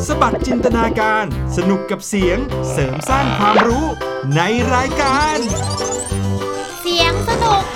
สบัดจินตนาการสนุกกับเสียงเสริมสร้างความรู้ในรายการเสียงสนุก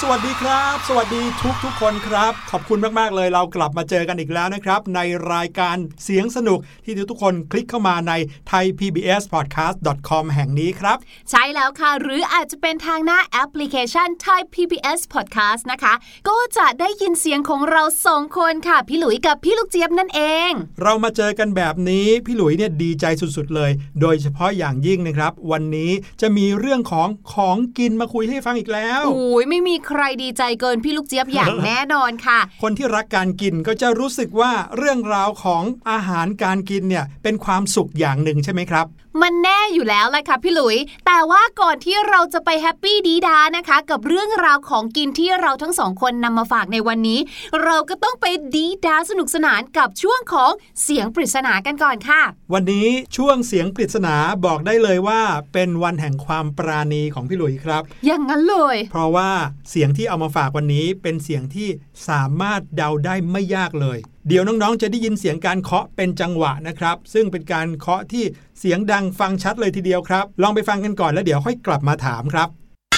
วัสดีครับสวัสดีทุกคนครับขอบคุณมากๆเลยเรากลับมาเจอกันอีกแล้วนะครับในรายการเสียงสนุกที่ทุกคนคลิกเข้ามาใน thaipbspodcast.com แห่งนี้ครับใช่แล้วค่ะหรืออาจจะเป็นทางหน้าแอปพลิเคชัน Thai PBS Podcast นะคะก็จะได้ยินเสียงของเรา2คนค่ะพี่หลุยกับพี่ลูกเจี๊ยบนั่นเองเรามาเจอกันแบบนี้พี่หลุยเนี่ยดีใจสุดๆเลยโดยเฉพาะอย่างยิ่งนะครับวันนี้จะมีเรื่องของกินมาคุยให้ฟังอีกแล้วโอ้ยไม่มีใครดีใจเกินพี่ลูกเจี๊ยบอย่างแน่นอนค่ะคนที่รักการกินก็จะรู้สึกว่าเรื่องราวของอาหารการกินเนี่ยเป็นความสุขอย่างหนึ่งใช่ไหมครับมันแน่อยู่แล้วแหละค่ะพี่หลุยแต่ว่าก่อนที่เราจะไปแฮปปี้ดีดานะคะกับเรื่องราวของกินที่เราทั้งสองคนนำมาฝากในวันนี้เราก็ต้องไปดีดาสนุกสนานกับช่วงของเสียงปริศนากันก่อนค่ะวันนี้ช่วงเสียงปริศนาบอกได้เลยว่าเป็นวันแห่งความปราณีของพี่หลุยครับอย่างนั้นเลยเพราะว่าเสียงที่เอามาฝากวันนี้เป็นเสียงที่สามารถเดาได้ไม่ยากเลยเดี๋ยวน้องๆจะได้ยินเสียงการเคาะเป็นจังหวะนะครับซึ่งเป็นการเคาะที่เสียงดังฟังชัดเลยทีเดียวครับลองไปฟังกันก่อนแล้วเดี๋ยวค่อยกลับมาถามครับ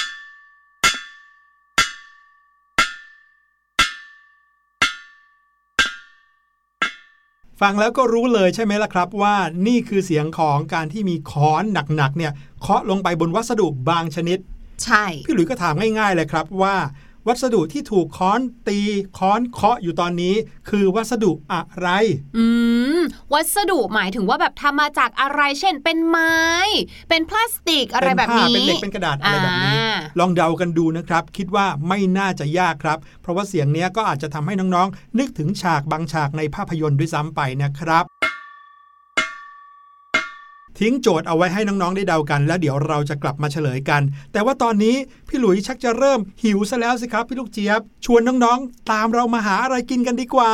ฟังแล้วก็รู้เลยใช่ไหมล่ะครับว่านี่คือเสียงของการที่มีค้อนหนักๆเนี่ยเคาะลงไปบนวัสดุบางชนิดใช่พี่หลุยส์ก็ถามง่ายๆเลยครับว่าวัสดุที่ถูกค้อนตีค้อนเคาะอยู่ตอนนี้คือวัสดุอะไรวัสดุหมายถึงว่าแบบทำมาจากอะไรเช่นเป็นไม้เป็นพลาสติกอะไรแบบนี้เป็นเหล็กเป็นกระดาษอะไรแบบนี้ลองเดากันดูนะครับคิดว่าไม่น่าจะยากครับเพราะว่าเสียงนี้ก็อาจจะทำให้น้องๆนึกถึงฉากบางฉากในภาพยนตร์ด้วยซ้ำไปนะครับทิ้งโจทย์เอาไว้ให้น้องๆได้เดากันแล้วเดี๋ยวเราจะกลับมาเฉลยกันแต่ว่าตอนนี้พี่หลุยชักจะเริ่มหิวซะแล้วสิครับพี่ลูกเจี๊ยบชวนน้องๆตามเรามาหาอะไรกินกันดีกว่า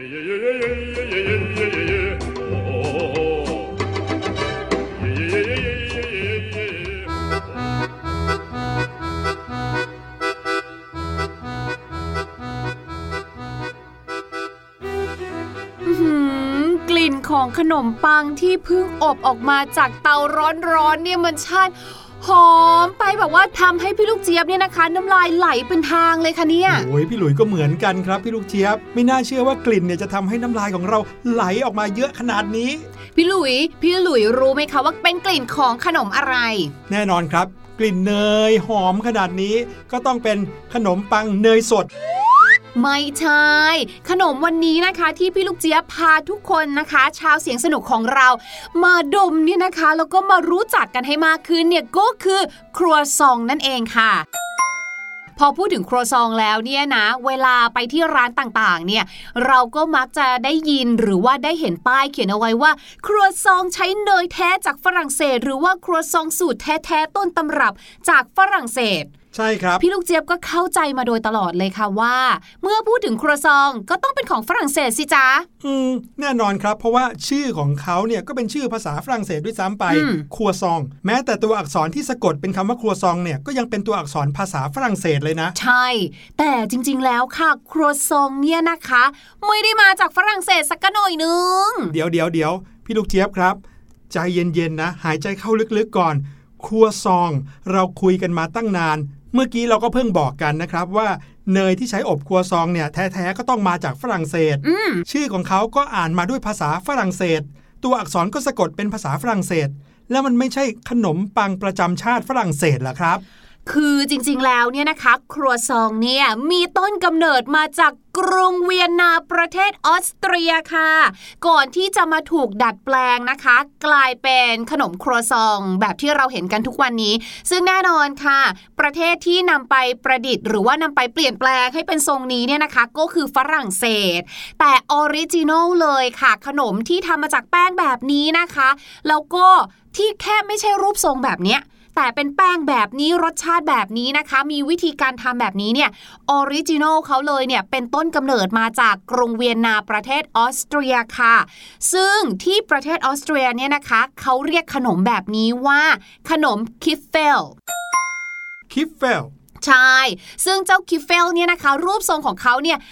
กลิ่นของขนมปังที่เพิ่งอบออกมาจากเตาร้อนๆเนี่ยมันช่างหอมไปแบบว่าทำให้พี่ลูกเจี๊ยบเนี่ยนะคะน้ำลายไหลเป็นทางเลยค่ะเนี่ยโอ้ยพี่หลุยก็เหมือนกันครับพี่ลูกเจี๊ยบไม่น่าเชื่อว่ากลิ่นเนี่ยจะทำให้น้ำลายของเราไหลออกมาเยอะขนาดนี้พี่หลุยรู้ไหมคะว่าเป็นกลิ่นของขนมอะไรแน่นอนครับกลิ่นเนยหอมขนาดนี้ก็ต้องเป็นขนมปังเนยสดไม่ใช่ขนมวันนี้นะคะที่พี่ลูกเจี๊ยบพาทุกคนนะคะชาวเสียงสนุกของเรามาดมเนี่ยนะคะแล้วก็มารู้จักกันให้มากขึ้นเนี่ยก็คือครัวซองนั่นเองค่ะพอพูดถึงครัวซองแล้วเนี่ยนะเวลาไปที่ร้านต่างๆเนี่ยเราก็มักจะได้ยินหรือว่าได้เห็นป้ายเขียนเอาไว้ว่าครัวซองใช้เนยแท้จากฝรั่งเศสหรือว่าครัวซองสูตรแท้ๆต้นตำรับจากฝรั่งเศสใช่ครับพี่ลูกเจี๊ยบก็เข้าใจมาโดยตลอดเลยค่ะว่าเมื่อพูดถึงครัวซองก็ต้องเป็นของฝรั่งเศสสิจ๊ะแน่นอนครับเพราะว่าชื่อของเขาเนี่ยก็เป็นชื่อภาษาฝรั่งเศสด้วยซ้ำไปครัวซองแม้แต่ตัวอักษรที่สะกดเป็นคำว่าครัวซองเนี่ยก็ยังเป็นตัวอักษรภาษาฝรั่งเศสเลยนะใช่แต่จริงๆแล้วค่ะครัวซองเนี่ยนะคะไม่ได้มาจากฝรั่งเศสสักหน่อยนึงเดี๋ยวพี่ลูกเจี๊ยบครับใจเย็นๆนะหายใจเข้าลึกๆก่อนครัวซองเราคุยกันมาตั้งนานเมื่อกี้เราก็เพิ่งบอกกันนะครับว่าเนยที่ใช้อบครัวซองเนี่ยแท้ๆก็ต้องมาจากฝรั่งเศสชื่อของเขาก็อ่านมาด้วยภาษาฝรั่งเศสตัวอักษรก็สะกดเป็นภาษาฝรั่งเศสแล้วมันไม่ใช่ขนมปังประจำชาติฝรั่งเศสเหรอครับคือจริงๆแล้วเนี่ยนะคะครัวซองเนี่ยมีต้นกำเนิดมาจากกรุงเวียนนาประเทศออสเตรียค่ะก่อนที่จะมาถูกดัดแปลงนะคะกลายเป็นขนมครัวซองแบบที่เราเห็นกันทุกวันนี้ซึ่งแน่นอนค่ะประเทศที่นำไปประดิษฐ์หรือว่านำไปเปลี่ยนแปลงให้เป็นทรงนี้เนี่ยนะคะก็คือฝรั่งเศสแต่ออริจินอลเลยค่ะขนมที่ทำมาจากแป้งแบบนี้นะคะแล้วก็ที่แค่ไม่ใช่รูปทรงแบบเนี้ยแต่เป็นแป้งแบบนี้รสชาติแบบนี้นะคะมีวิธีการทำแบบนี้เนี่ยออริจินอลเขาเลยเนี่ยเป็นต้นกำเนิดมาจากกรุงเวียนนาประเทศออสเตรียค่ะซึ่งที่ประเทศออสเตรียเนี่ยนะคะเขาเรียกขนมแบบนี้ว่าขนมคิฟเฟลใช่ซึ่งเจ้าคิฟเฟลเนี่ยนะคะรูปทรงของเขาเนี่ยแท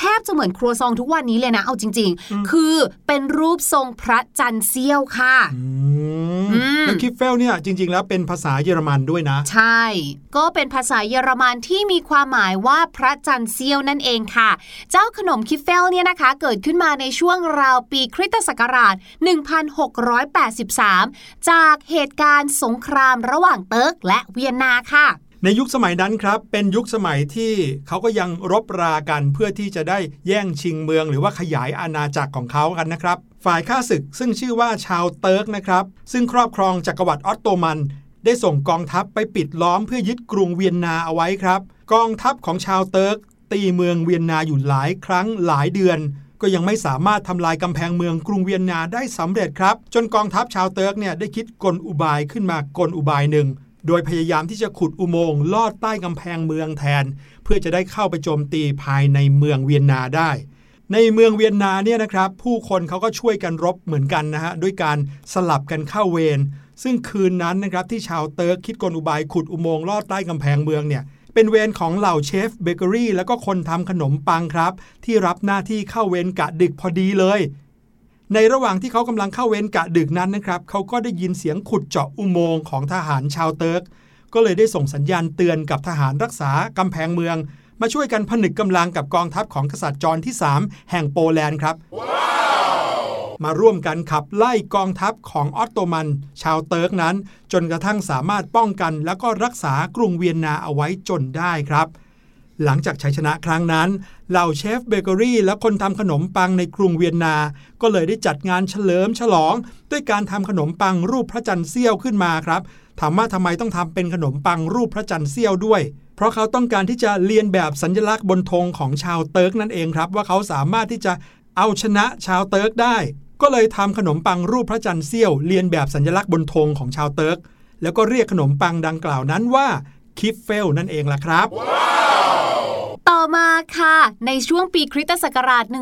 บจะเหมือนครัวซองทุกวันนี้เลยนะเอาจริงๆคือเป็นรูปทรงพระจันทร์เสี้ยวค่ะแล้วคิฟเฟลเนี่ยจริงๆแล้วเป็นภาษาเยอรมันด้วยนะใช่ก็เป็นภาษาเยอรมันที่มีความหมายว่าพระจันทร์เสี้ยวนั่นเองค่ะเจ้าขนมคิฟเฟลเนี่ยนะคะเกิดขึ้นมาในช่วงราวปีคริสตศักราช1683จากเหตุการณ์สงครามระหว่างเติร์กและเวียนนาค่ะในยุคสมัยนั้นครับเป็นยุคสมัยที่เขาก็ยังรบรากันเพื่อที่จะได้แย่งชิงเมืองหรือว่าขยายอาณาจักรของเขากันนะครับฝ่ายข้าศึกซึ่งชื่อว่าชาวเติร์กนะครับซึ่งครอบครองจักรวรรดิออตโตมันได้ส่งกองทัพไปปิดล้อมเพื่อยึดกรุงเวียนนาเอาไว้ครับกองทัพของชาวเติร์กตีเมืองเวียนนาอยู่หลายครั้งหลายเดือนก็ยังไม่สามารถทำลายกำแพงเมืองกรุงเวียนนาได้สำเร็จครับจนกองทัพชาวเติร์กเนี่ยได้คิดกลอุบายขึ้นมากลอุบายหนึ่งโดยพยายามที่จะขุดอุโมงค์ลอดใต้กำแพงเมืองแทนเพื่อจะได้เข้าไปโจมตีภายในเมืองเวียนนาได้ในเมืองเวียนนาเนี่ยนะครับผู้คนเขาก็ช่วยกันรบเหมือนกันนะฮะด้วยการสลับกันเข้าเวรซึ่งคืนนั้นนะครับที่ชาวเติร์กคิดกลอุบายขุดอุโมงค์ลอดใต้กำแพงเมืองเนี่ยเป็นเวรของเหล่าเชฟเบเกอรี่แล้วก็คนทำขนมปังครับที่รับหน้าที่เข้าเวรกะดึกพอดีเลยในระหว่างที่เขากำลังเข้าเวรกะดึกนั้นนะครับเขาก็ได้ยินเสียงขุดเจาะอุโมงค์ของทหารชาวเติร์กก็เลยได้ส่งสัญญาณเตือนกับทหารรักษากำแพงเมืองมาช่วยกันผนึกกำลังกับกองทัพของกษัตริย์จอห์นที่3แห่งโปแลนด์ครับ มาร่วมกันขับไล่กองทัพของออตโตมันชาวเติร์กนั้นจนกระทั่งสามารถป้องกันแล้วก็รักษากรุงเวียนนาเอาไว้จนได้ครับหลังจากชัยชนะครั้งนั้นเหล่าเชฟเบเกอรี่และคนทำขนมปังในกรุงเวียนนาก็เลยได้จัดงานเฉลิมฉลองด้วยการทำขนมปังรูปพระจันทร์เสี้ยวขึ้นมาครับถามว่าทำไมต้องทำเป็นขนมปังรูปพระจันทร์เสี้ยวด้วยเพราะเขาต้องการที่จะเลียนแบบสัญลักษณ์บนธงของชาวเติร์กนั่นเองครับว่าเขาสามารถที่จะเอาชนะชาวเติร์กได้ก็เลยทำขนมปังรูปพระจันทร์เสี้ยวเลียนแบบสัญลักษณ์บนธงของชาวเติร์กแล้วก็เรียกขนมปังดังกล่าวนั้นว่าคิฟเฟลนั่นเองล่ะครับต่อมาค่ะในช่วงปีคริสตศักราช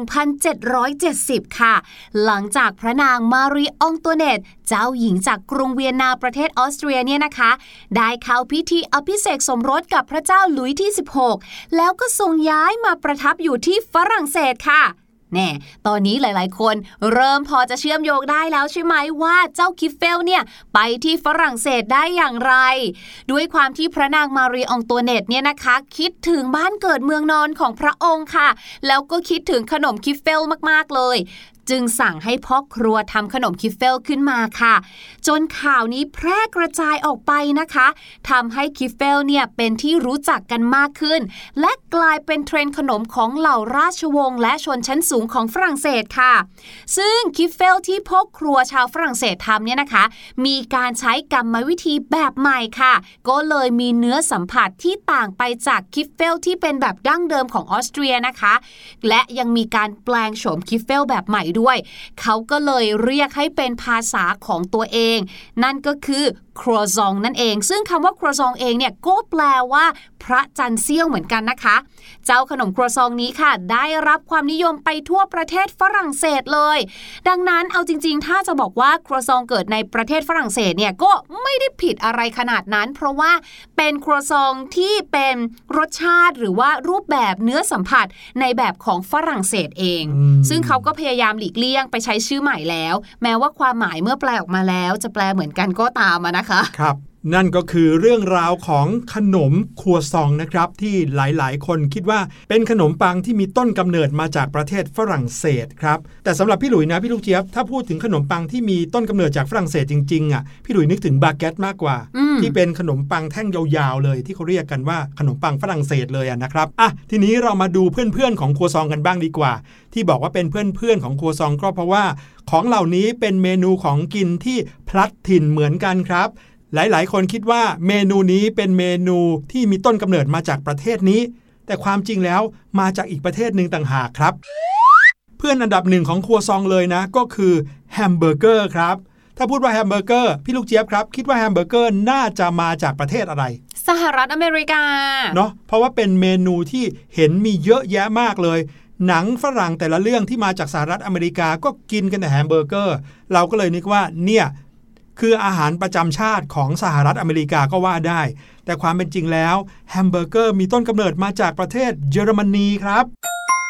1770ค่ะหลังจากพระนางมารีอองตัวเนตเจ้าหญิงจากกรุงเวียนนาประเทศออสเตรียเนี่ยนะคะได้เข้าพิธีอภิเษกสมรสกับพระเจ้าหลุยส์ที่16แล้วก็ทรงย้ายมาประทับอยู่ที่ฝรั่งเศสค่ะแน่ตอนนี้หลายๆคนเริ่มพอจะเชื่อมโยงได้แล้วใช่ไหมว่าเจ้าคิฟเฟลเนี่ยไปที่ฝรั่งเศสได้อย่างไรด้วยความที่พระนางมารีอองตัวเนตเนี่ยนะคะคิดถึงบ้านเกิดเมืองนอนของพระองค์ค่ะแล้วก็คิดถึงขนมคิฟเฟลมากๆเลยจึงสั่งให้พ่อครัวทำขนมคิฟเฟลขึ้นมาค่ะจนข่าวนี้แพร่กระจายออกไปนะคะทำให้คิฟเฟลเนี่ยเป็นที่รู้จักกันมากขึ้นและกลายเป็นเทรนด์ขนมของเหล่าราชวงศ์และชนชั้นสูงของฝรั่งเศสค่ะซึ่งคิฟเฟลที่พ่อครัวชาวฝรั่งเศสทำเนี่ยนะคะมีการใช้กรรมวิธีแบบใหม่ค่ะก็เลยมีเนื้อสัมผัสที่ต่างไปจากคิฟเฟลที่เป็นแบบดั้งเดิมของออสเตรียนะคะและยังมีการแปลงโฉมคิฟเฟลแบบใหม่ด้วยเขาก็เลยเรียกให้เป็นภาษาของตัวเองนั่นก็คือครัวซองนั่นเองซึ่งคำว่าครัวซองเองเนี่ยก็แปลว่าพระจันทร์เสี้ยวเหมือนกันนะคะเจ้าขนมครัวซองนี้ค่ะได้รับความนิยมไปทั่วประเทศฝรั่งเศสเลยดังนั้นเอาจริงๆถ้าจะบอกว่าครัวซองเกิดในประเทศฝรั่งเศสเนี่ยก็ไม่ได้ผิดอะไรขนาดนั้นเพราะว่าเป็นครัวซองที่เป็นรสชาติหรือว่ารูปแบบเนื้อสัมผัสในแบบของฝรั่งเศสเองซึ่งเขาก็พยายามหลีกเลี่ยงไปใช้ชื่อใหม่แล้วแม้ว่าความหมายเมื่อแปลออกมาแล้วจะแปลเหมือนกันก็ตามนะคะครับนั่นก็คือเรื่องราวของขนมครัวซองนะครับที่หลายๆคนคิดว่าเป็นขนมปังที่มีต้นกำเนิดมาจากประเทศฝรั่งเศสครับแต่สำหรับพี่หลุยนะพี่ลูกเจี๊ยบถ้าพูดถึงขนมปังที่มีต้นกำเนิดจากฝรั่งเศสจริงๆอ่ะพี่หลุยนึกถึงบาเกตมากกว่าที่เป็นขนมปังแท่งยาวๆเลยที่เขาเรียกกันว่าขนมปังฝรั่งเศสเลยนะครับทีนี้เรามาดูเพื่อนๆของครัวซองกันบ้างดีกว่าที่บอกว่าเป็นเพื่อนๆของครัวซองก็เพราะว่าของเหล่านี้เป็นเมนูของกินที่พลัดถิ่นเหมือนกันครับหลายๆคนคิดว่าเมนูนี้เป็นเมนูที่มีต้นกำเนิดมาจากประเทศนี้แต่ความจริงแล้วมาจากอีกประเทศหนึ่งต่างหากครับเพื่อนอันดับหนึ่งของครัวซองเลยนะก็คือแฮมเบอร์เกอร์ครับถ้าพูดว่าแฮมเบอร์เกอร์พี่ลูกเจี๊ยบครับคิดว่าแฮมเบอร์เกอร์น่าจะมาจากประเทศอะไรสหรัฐอเมริกาเนาะเพราะว่าเป็นเมนูที่เห็นมีเยอะแยะมากเลยหนังฝรั่งแต่ละเรื่องที่มาจากสหรัฐอเมริกาก็กินกันแต่แฮมเบอร์เกอร์เราก็เลยนึกว่าเนี่ยคืออาหารประจำชาติของสหรัฐอเมริกาก็ว่าได้แต่ความเป็นจริงแล้วแฮมเบอร์เกอร์มีต้นกำเนิดมาจากประเทศเยอรมนีครับ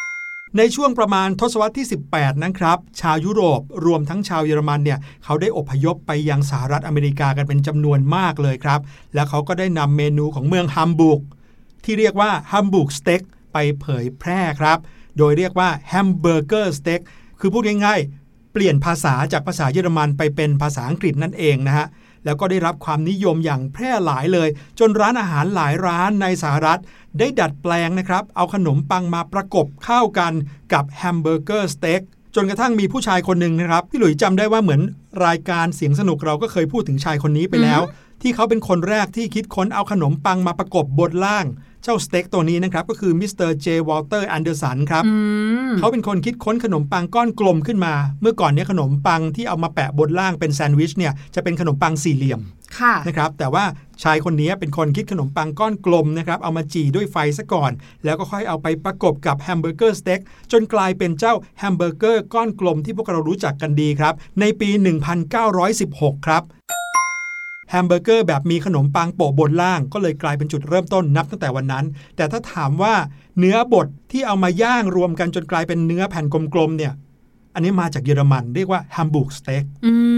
ในช่วงประมาณทศวรรษที่18นะครับชาวยุโรปรวมทั้งชาวเยอรมันเนี่ยเขาได้อพยพไปยังสหรัฐอเมริกากันเป็นจำนวนมากเลยครับแล้วเขาก็ได้นำเมนูของเมืองฮัมบูร์กที่เรียกว่าฮัมบูร์กสเต็กไปเผยแพร่ครับโดยเรียกว่าแฮมเบอร์เกอร์สเต็กคือพูดง่ายๆเปลี่ยนภาษาจากภาษาเยอรมันไปเป็นภาษาอังกฤษนั่นเองนะฮะแล้วก็ได้รับความนิยมอย่างแพร่หลายเลยจนร้านอาหารหลายร้านในสหรัฐได้ดัดแปลงนะครับเอาขนมปังมาประกบเข้ากันกับแฮมเบอร์เกอร์สเต็กจนกระทั่งมีผู้ชายคนหนึ่งนะครับพี่หลุยส์จำได้ว่าเหมือนรายการเสียงสนุกเราก็เคยพูดถึงชายคนนี้ไปแล้วที่เขาเป็นคนแรกที่คิดค้นเอาขนมปังมาประกบบนล่างเจ้าสเต็กตัวนี้นะครับก็คือมิสเตอร์เจวอลเตอร์แอนเดอร์สันครับเขาเป็นคนคิดค้นขนมปังก้อนกลมขึ้นมาเมื่อก่อนนี้ขนมปังที่เอามาแปะบนล่างเป็นแซนด์วิชเนี่ยจะเป็นขนมปังสี่เหลี่ยมนะครับแต่ว่าชายคนนี้เป็นคนคิดขนมปังก้อนกลมนะครับเอามาจี่ด้วยไฟซะก่อนแล้วก็ค่อยเอาไปประกบกับแฮมเบอร์เกอร์สเต็กจนกลายเป็นเจ้าแฮมเบอร์เกอร์ก้อนกลมที่พวกเรารู้จักกันดีครับในปี 1916 ครับแฮมเบอร์เกอร์แบบมีขนมปังโปะบนล่างก็เลยกลายเป็นจุดเริ่มต้นนับตั้งแต่วันนั้นแต่ถ้าถามว่าเนื้อบดที่เอามาย่างรวมกันจนกลายเป็นเนื้อแผ่นกลมๆเนี่ยอันนี้มาจากเยอรมันเรียกว่าแฮมบูร์กสเต็ก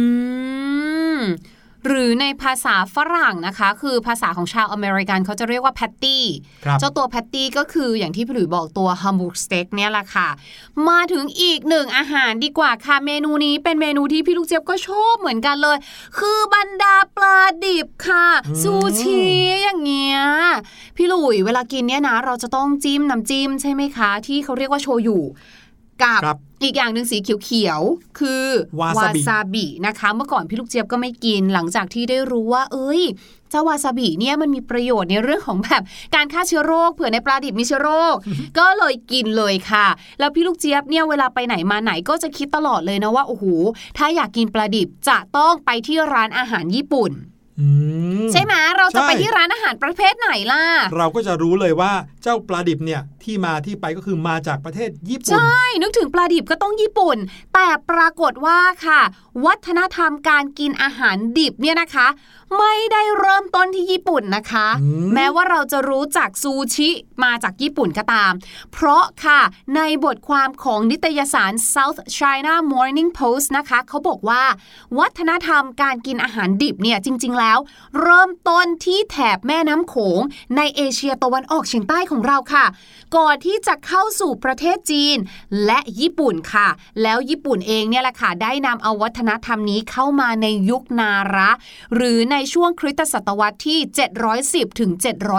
หรือในภาษาฝรั่งนะคะคือภาษาของชาวอเมริกันเขาจะเรียกว่าแพตตี้เจ้าตัวแพตตี้ก็คืออย่างที่พี่หลุยบอกตัวฮัมบูร์กสเต็กเนี่ยแหละค่ะมาถึงอีกหนึ่งอาหารดีกว่าค่ะเมนูนี้เป็นเมนูที่พี่ลูกเจี๊ยบก็ชอบเหมือนกันเลยคือบรรดาปลาดิบค่ะซูชิอย่างเงี้ยพี่หลุยเวลากินเนี่ยนะเราจะต้องจิ้มน้ำจิ้มใช่ไหมคะที่เขาเรียกว่าโชยุกับอีกอย่างหนึ่งสีเขียวๆคือวาซาบินะคะเมื่อก่อนพี่ลูกเจี๊ยบก็ไม่กินหลังจากที่ได้รู้ว่าเจ้าวาซาบิเนี่ยมันมีประโยชน์ในเรื่องของแบบการฆ่าเชื้อโรคเผื่อในปลาดิบมีเชื้อโรค ก็เลยกินเลยค่ะแล้วพี่ลูกเจี๊ยบเนี่ยเวลาไปไหนมาไหนก็จะคิดตลอดเลยนะว่าโอ้โหถ้าอยากกินปลาดิบจะต้องไปที่ร้านอาหารญี่ปุ่นใช่ไหมเราจะไปที่ร้านอาหารประเภทไหนล่ะเราก็จะรู้เลยว่าเจ้าปลาดิบเนี่ยที่มาที่ไปก็คือมาจากประเทศญี่ปุ่นใช่นึกถึงปลาดิบก็ต้องญี่ปุ่นแต่ปรากฏว่าค่ะวัฒนธรรมการกินอาหารดิบเนี่ยนะคะไม่ได้เริ่มต้นที่ญี่ปุ่นนะคะแม้ว่าเราจะรู้จักซูชิมาจากญี่ปุ่นก็ตามเพราะค่ะในบทความของนิตยสาร South China Morning Post นะคะเขาบอกว่าวัฒนธรรมการกินอาหารดิบเนี่ยจริงๆแล้วเริ่มต้นที่แถบแม่น้ำโขงในเอเชียตะวันออกเฉียงใต้ของเราค่ะก่อนที่จะเข้าสู่ประเทศจีนและญี่ปุ่นค่ะแล้วญี่ปุ่นเองเนี่ยแหละค่ะได้นำเอาวัฒนธรรมนี้เข้ามาในยุคนาระหรือในช่วงคริสตศตวรรษที่710ถึง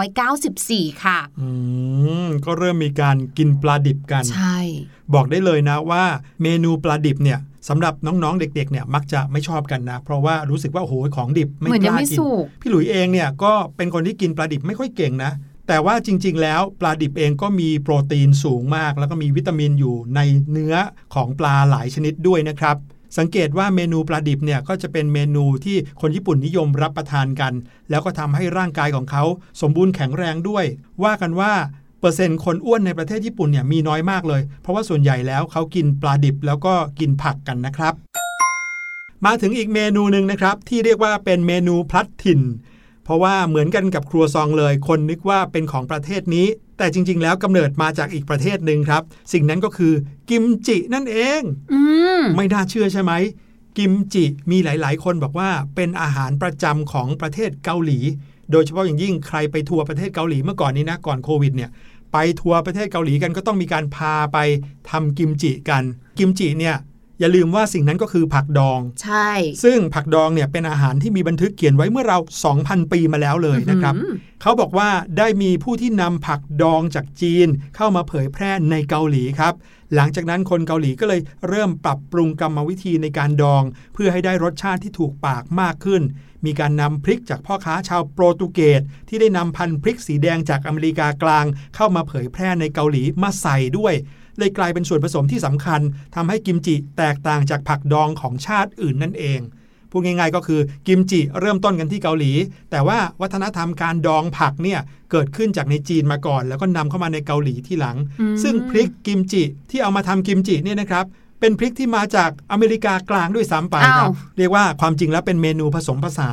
794ค่ะก็เริ่มมีการกินปลาดิบกันใช่บอกได้เลยนะว่าเมนูปลาดิบเนี่ยสำหรับน้องๆเด็กๆเนี่ยมักจะไม่ชอบกันนะเพราะว่ารู้สึกว่าโอ้โหของดิบไม่กล้ากินพี่หลุยเองเนี่ยก็เป็นคนที่กินปลาดิบไม่ค่อยเก่งนะแต่ว่าจริงๆแล้วปลาดิบเองก็มีโปรตีนสูงมากแล้วก็มีวิตามินอยู่ในเนื้อของปลาหลายชนิดด้วยนะครับสังเกตว่าเมนูปลาดิบเนี่ยก็จะเป็นเมนูที่คนญี่ปุ่นนิยมรับประทานกันแล้วก็ทำให้ร่างกายของเขาสมบูรณ์แข็งแรงด้วยว่ากันว่าเปอร์เซ็นต์คนอ้วนในประเทศญี่ปุ่นเนี่ยมีน้อยมากเลยเพราะว่าส่วนใหญ่แล้วเขากินปลาดิบแล้วก็กินผักกันนะครับมาถึงอีกเมนูนึงนะครับที่เรียกว่าเป็นเมนูพลัดถิ่นเพราะว่าเหมือนกันกับครัวซองเลยคนนึกว่าเป็นของประเทศนี้แต่จริงๆแล้วกำเนิดมาจากอีกประเทศหนึ่งครับสิ่งนั้นก็คือกิมจินั่นเองไม่น่าเชื่อใช่ไหมกิมจิมีหลายๆคนบอกว่าเป็นอาหารประจำของประเทศเกาหลีโดยเฉพาะอย่างยิ่งใครไปทัวร์ประเทศเกาหลีเมื่อก่อนนี้นะก่อนโควิดเนี่ยไปทัวร์ประเทศเกาหลีกันก็ต้องมีการพาไปทำกิมจิกันกิมจิเนี่ยอย่าลืมว่าสิ่งนั้นก็คือผักดองใช่ซึ่งผักดองเนี่ยเป็นอาหารที่มีบันทึกเขียนไว้เมื่อเรา 2,000 ปีมาแล้วเลยนะครับเขาบอกว่าได้มีผู้ที่นำผักดองจากจีนเข้ามาเผยแพร่ในเกาหลีครับหลังจากนั้นคนเกาหลีก็เลยเริ่มปรับปรุงกรรมวิธีในการดองเพื่อให้ได้รสชาติที่ถูกปากมากขึ้นมีการนำพริกจากพ่อค้าชาวโปรตุเกสที่ได้นำพันธุ์พริกสีแดงจากอเมริกากลางเข้ามาเผยแพร่ในเกาหลีมาใส่ด้วยเลยกลายเป็นส่วนผสมที่สำคัญทำให้กิมจิแตกต่างจากผักดองของชาติอื่นนั่นเองพูดง่ายๆก็คือกิมจิเริ่มต้นกันที่เกาหลีแต่ว่าวัฒนธรรมการดองผักเนี่ยเกิดขึ้นจากในจีนมาก่อนแล้วก็นำเข้ามาในเกาหลีที่หลังซึ่งพริกกิมจิที่เอามาทำกิมจิเนี่ยนะครับเป็นพริกที่มาจากอเมริกากลางด้วยซ้ำไปครับเรียกว่าความจริงแล้วเป็นเมนูผสมผสาน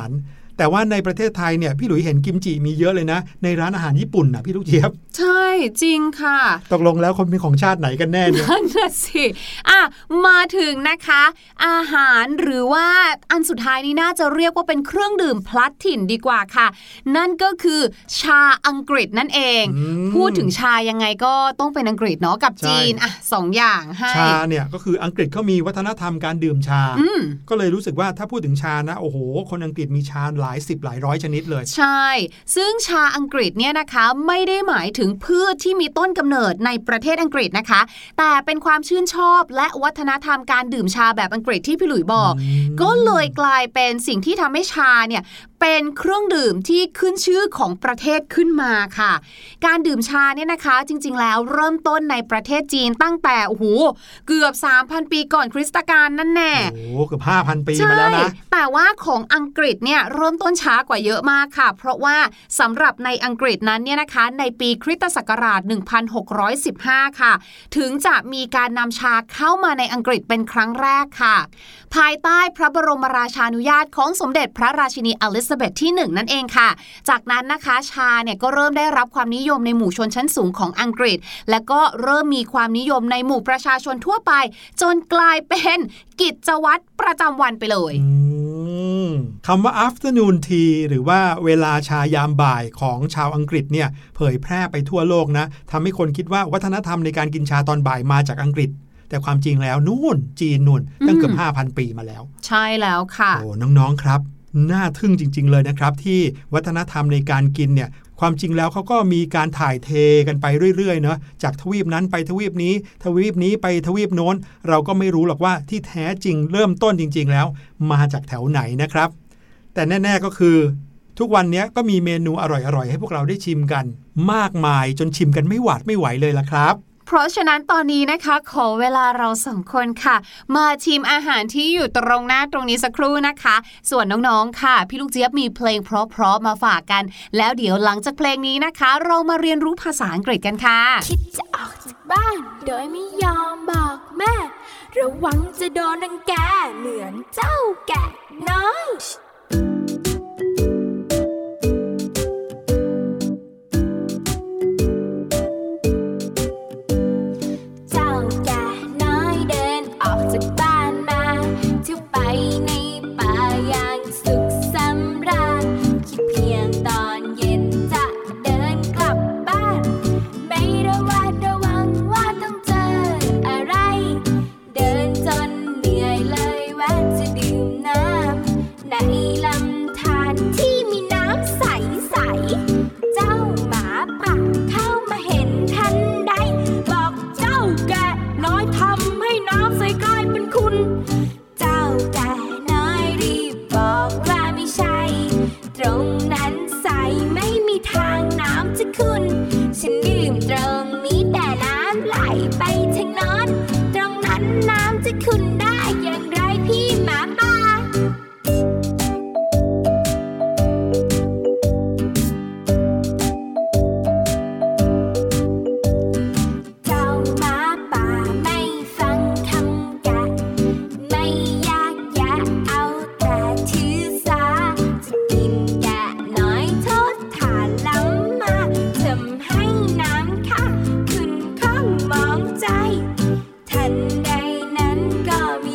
แต่ว่าในประเทศไทยเนี่ยพี่หลุยเห็นกิมจิมีเยอะเลยนะในร้านอาหารญี่ปุ่นนะพี่ลูกเจี๊ยบใช่จริงค่ะตกลงแล้วคนเป็นของชาติไหนกันแน่เนี่ยนั่นน่ะสิมาถึงนะคะอาหารหรือว่าอันสุดท้ายนี้น่าจะเรียกว่าเป็นเครื่องดื่มพลัดถิ่นดีกว่าค่ะนั่นก็คือชาอังกฤษนั่นเองพูดถึงชายังไงก็ต้องเป็นอังกฤษเนาะกับจีน2 อย่างให้ชาเนี่ยก็คืออังกฤษเขามีวัฒนธรรมการดื่มชาก็เลยรู้สึกว่าถ้าพูดถึงชานะโอ้โหคนอังกฤษมีชาหลาย10หลายร้อยชนิดเลยใช่ซึ่งชาอังกฤษเนี่ยนะคะไม่ได้หมายถึงพืชที่มีต้นกำเนิดในประเทศอังกฤษนะคะแต่เป็นความชื่นชอบและวัฒนธรรมการดื่มชาแบบอังกฤษที่พี่หลุยบอกก็เลยกลายเป็นสิ่งที่ทำให้ชาเนี่ยเป็นเครื่องดื่มที่ขึ้นชื่อของประเทศขึ้นมาค่ะการดื่มชาเนี่ยนะคะจริงๆแล้วเริ่มต้นในประเทศจีนตั้งแต่เกือบ 3,000 ปีก่อนคริสตกาลนั่นแน่เกือบ 5,000 ปีมาแล้วนะแต่ว่าของอังกฤษเนี่ยเริ่มต้นช้ากว่าเยอะมากค่ะเพราะว่าสำหรับในอังกฤษนั้นเนี่ยนะคะในปีคริสตศักราช 1615 ค่ะถึงจะมีการนำชาเข้ามาในอังกฤษเป็นครั้งแรกค่ะภายใต้พระบรมราชานุญาตของสมเด็จพระราชินีอลิซาเบธที่ 1นั่นเองค่ะจากนั้นนะคะชาเนี่ยก็เริ่มได้รับความนิยมในหมู่ชนชั้นสูงของอังกฤษและก็เริ่มมีความนิยมในหมู่ประชาชนทั่วไปจนกลายเป็นกิจวัตรประจำวันไปเลยคำว่า afternoon tea หรือว่าเวลาชายามบ่ายของชาวอังกฤษเนี่ยเผยแพร่ไปทั่วโลกนะทำให้คนคิดว่าวัฒนธรรมในการกินชาตอนบ่ายมาจากอังกฤษแต่ความจริงแล้วนู่นจีนนู่นตั้งเกือบ 5,000 ปีมาแล้วใช่แล้วค่ะโอ้น้องๆครับน่าทึ่งจริงๆเลยนะครับที่วัฒนธรรมในการกินเนี่ยความจริงแล้วเขาก็มีการถ่ายเทกันไปเรื่อยๆเนาะจากทวีปนั้นไปทวีปนี้ทวีปนี้ไปทวีปโน้นเราก็ไม่รู้หรอกว่าที่แท้จริงเริ่มต้นจริงๆแล้วมาจากแถวไหนนะครับแต่แน่ๆก็คือทุกวันนี้ก็มีเมนูอร่อยๆให้พวกเราได้ชิมกันมากมายจนชิมกันไม่หวาดไม่ไหวเลยล่ะครับเพราะฉะนั้นตอนนี้นะคะขอเวลาเรา2 คนค่ะมาชิมอาหารที่อยู่ตรงหน้าตรงนี้สักครู่นะคะส่วนน้องๆค่ะพี่ลูกเจี๊ยบมีเพลงเพราะๆมาฝากกันแล้วเดี๋ยวหลังจากเพลงนี้นะคะเรามาเรียนรู้ภาษาอังกฤษกันค่ะคิดจะออกจากบ้านโดยไม่ยอมบอกแม่ระวังจะโดนรังแกเหมือนเจ้าแกะน้อยอ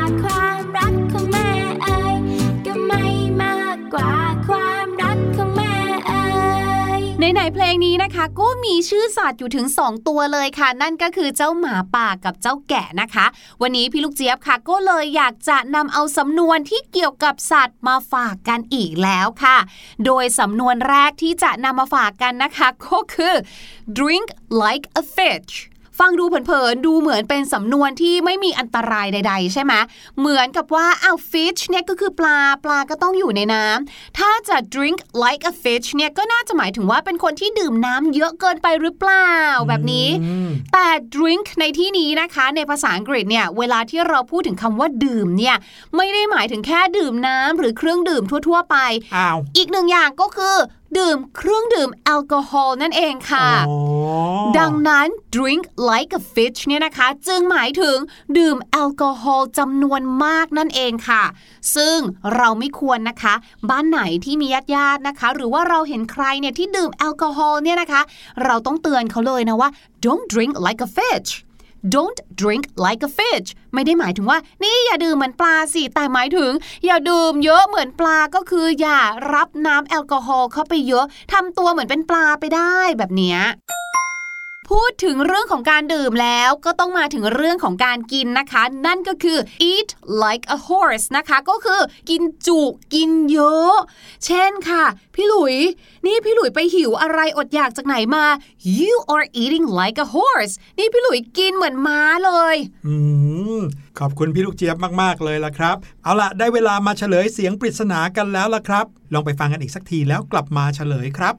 ความรักของแม่เอ๋ยก็ไม่มากกว่าความรักของแม่เอ๋ยในเพลงนี้นะคะก็มีชื่อสัตว์อยู่ถึง2ตัวเลยค่ะนั่นก็คือเจ้าหมาป่ากับเจ้าแกะนะคะวันนี้พี่ลูกเจี๊ยบค่ะก็เลยอยากจะนำเอาสำนวนที่เกี่ยวกับสัตว์มาฝากกันอีกแล้วค่ะโดยสำนวนแรกที่จะนำมาฝากกันนะคะก็คือ drink like a fishฟังดูเผินๆดูเหมือนเป็นสำนวนที่ไม่มีอันตรายใดๆใช่ไหมเหมือนกับว่าfish เนี่ยก็คือปลาก็ต้องอยู่ในน้ำถ้าจะ drink like a fish เนี่ยก็น่าจะหมายถึงว่าเป็นคนที่ดื่มน้ำเยอะเกินไปหรือเปล่าแบบนี้แต่ drink ในที่นี้นะคะในภาษาอังกฤษเนี่ยเวลาที่เราพูดถึงคำว่าดื่มเนี่ยไม่ได้หมายถึงแค่ดื่มน้ำหรือเครื่องดื่มทั่วๆไปอีกหนึ่งอย่างก็คือดื่มเครื่องดื่มแอลกอฮอล์นั่นเองค่ะดังนั้น drink like a fish เนี่ยนะคะจึงหมายถึงดื่มแอลกอฮอล์จำนวนมากนั่นเองค่ะซึ่งเราไม่ควรนะคะบ้านไหนที่มีญาติๆนะคะหรือว่าเราเห็นใครเนี่ยที่ดื่มแอลกอฮอล์เนี่ยนะคะเราต้องเตือนเขาเลยนะว่า don't drink like a fish Don't drink like a fish ไม่ได้หมายถึงว่านี่อย่าดื่มเหมือนปลาสิแต่หมายถึงอย่าดื่มเยอะเหมือนปลาก็คืออย่ารับน้ำแอลกอฮอล์เข้าไปเยอะทำตัวเหมือนเป็นปลาไปได้แบบเนี้ยพูดถึงเรื่องของการดื่มแล้วก็ต้องมาถึงเรื่องของการกินนะคะนั่นก็คือ eat like a horse นะคะก็คือกินจุกินเยอะเช่นค่ะพี่หลุยนี่พี่หลุยไปหิวอะไรอดอยากจากไหนมา you are eating like a horse นี่พี่หลุยกินเหมือนม้าเลยขอบคุณพี่ลูกเจี๊ยบมากๆเลยล่ะครับเอาล่ะได้เวลามาเฉลยเสียงปริศนากันแล้วล่ะครับลองไปฟังกันอีกสักทีแล้วกลับมาเฉลยครับ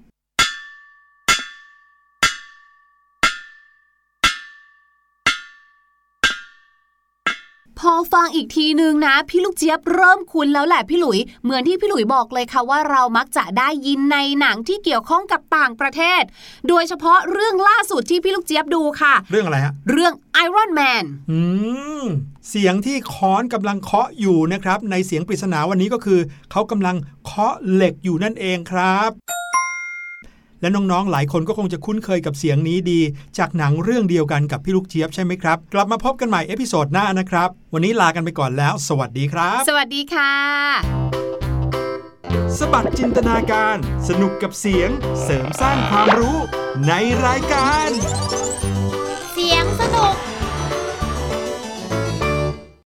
พอฟังอีกทีนึงนะพี่ลูกเจี๊ยบเริ่มคุ้นแล้วแหละพี่หลุยเหมือนที่พี่หลุยบอกเลยค่ะว่าเรามักจะได้ยินในหนังที่เกี่ยวข้องกับต่างประเทศโดยเฉพาะเรื่องล่าสุดที่พี่ลูกเจี๊ยบดูค่ะเรื่องอะไรฮะเรื่อง Iron Man เสียงที่ค้อนกำลังเคาะอยู่นะครับในเสียงปริศนาวันนี้ก็คือเขากำลังเคาะเหล็กอยู่นั่นเองครับและน้องๆหลายคนก็คงจะคุ้นเคยกับเสียงนี้ดีจากหนังเรื่องเดียวกันกับพี่ลูกเจี๊ยบใช่ไหมครับกลับมาพบกันใหม่เอพิโซดหน้านะครับวันนี้ลากันไปก่อนแล้วสวัสดีครับสวัสดีค่ะสบัดจินตนาการสนุกกับเสียงเสริมสร้างความรู้ในรายการ